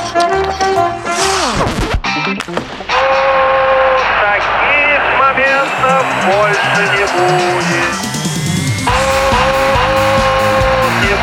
Таких моментов больше не будет. Не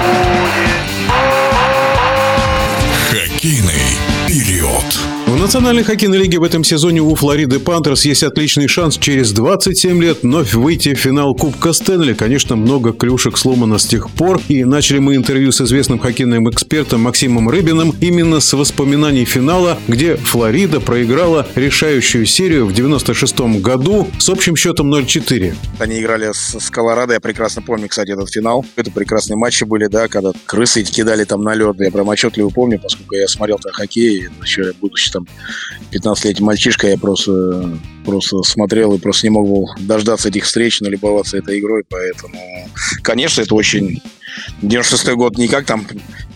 будет. Хоккейный период. В Национальной хоккейной лиге в этом сезоне у Флориды Пантерс есть отличный шанс через 27 лет вновь выйти в финал Кубка Стэнли. Конечно, много клюшек сломано с тех пор. И начали мы интервью с известным хоккейным экспертом Максимом Рыбиным именно с воспоминаний финала, где Флорида проиграла решающую серию в 96-м году с общим счетом 0-4. Они играли с Колорадо. Я прекрасно помню, кстати, этот финал. Это прекрасные матчи были, да, когда крысы кидали там на лед. Я прям отчетливо помню, поскольку я смотрел там хоккей, еще будучи там 15-летним мальчишкой, я просто смотрел и просто не мог был дождаться этих встреч, налюбоваться этой игрой, поэтому, конечно, это очень... 96-й год не как там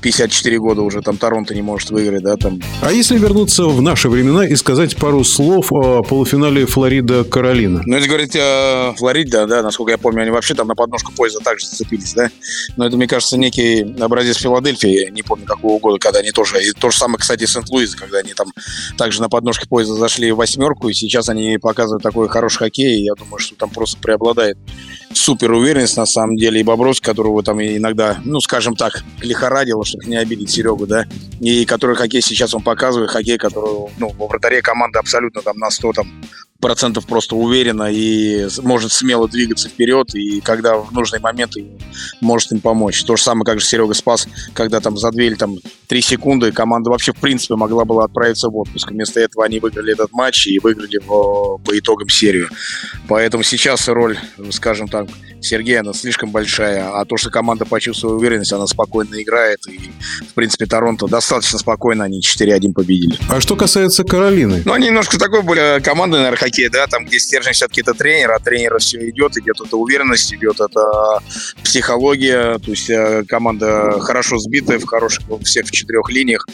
54 года уже там Торонто не может выиграть, да, там. А если вернуться в наши времена и сказать пару слов о полуфинале Флорида-Каролина? Ну, если говорить о Флориде, да, насколько я помню, они вообще там на подножку поезда также зацепились, да. Но это, мне кажется, некий образец Филадельфии, не помню какого года, когда они тоже, и то же самое, кстати, Сент-Луис, когда они там также на подножке поезда зашли в восьмерку, и сейчас они показывают такой хороший хоккей, и я думаю, что там просто преобладает супер уверенность, на самом деле, и Бобровский, которого там иногда, ну, скажем так, лихорадило, чтобы не обидеть Серегу, да, и который хоккей сейчас он показывает, хоккей, который, ну, во вратаре команда абсолютно там на 100 процентов просто уверена и может смело двигаться вперед, и когда в нужный момент может им помочь. То же самое, как же Серега спас, когда там задвели там 3 секунды, команда вообще в принципе могла была отправиться в отпуск. Вместо этого они выиграли этот матч и выиграли по итогам серию. Поэтому сейчас роль, скажем так, Сергея, она слишком большая, а то, что команда почувствовала уверенность, она спокойно играет, и, в принципе, Торонто достаточно спокойно, они 4-1 победили. А что касается Каролины? Ну, они немножко такой были командный, наверное, хоккей, да, там, где стержень все-таки это тренер, от тренера все идет эта уверенность, идет эта психология, то есть команда хорошо сбитая, всех в 4 линиях,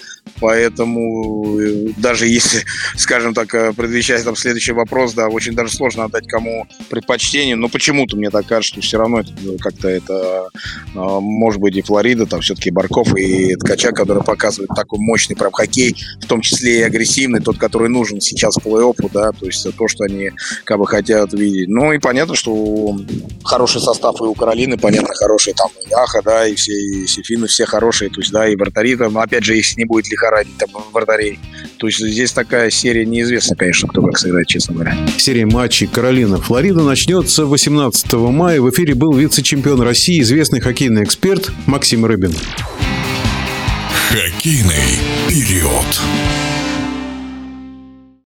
поэтому даже если, скажем так, предвещать там следующий вопрос, да, очень даже сложно отдать кому предпочтение, но почему-то мне так кажется, что все равно это как-то это может быть и Флорида, там все-таки Барков и Ткачак, который показывает такой мощный прям хоккей, в том числе и агрессивный, тот, который нужен сейчас плей-оффу, да, то есть то, что они как бы хотят видеть. Ну и понятно, что хороший состав и у Каролины, понятно, хороший там и Аха, да, и все и Сефины, все хорошие, то есть, да, и вратари там, опять же, если не будет лихорадить там вратарей, то есть здесь такая серия неизвестна, конечно, кто как сыграет, честно говоря. Серия матчей Каролина-Флорида начнется 18 мая. В эфире был вице-чемпион России, известный хоккейный эксперт Максим Рыбин. Хоккейный период.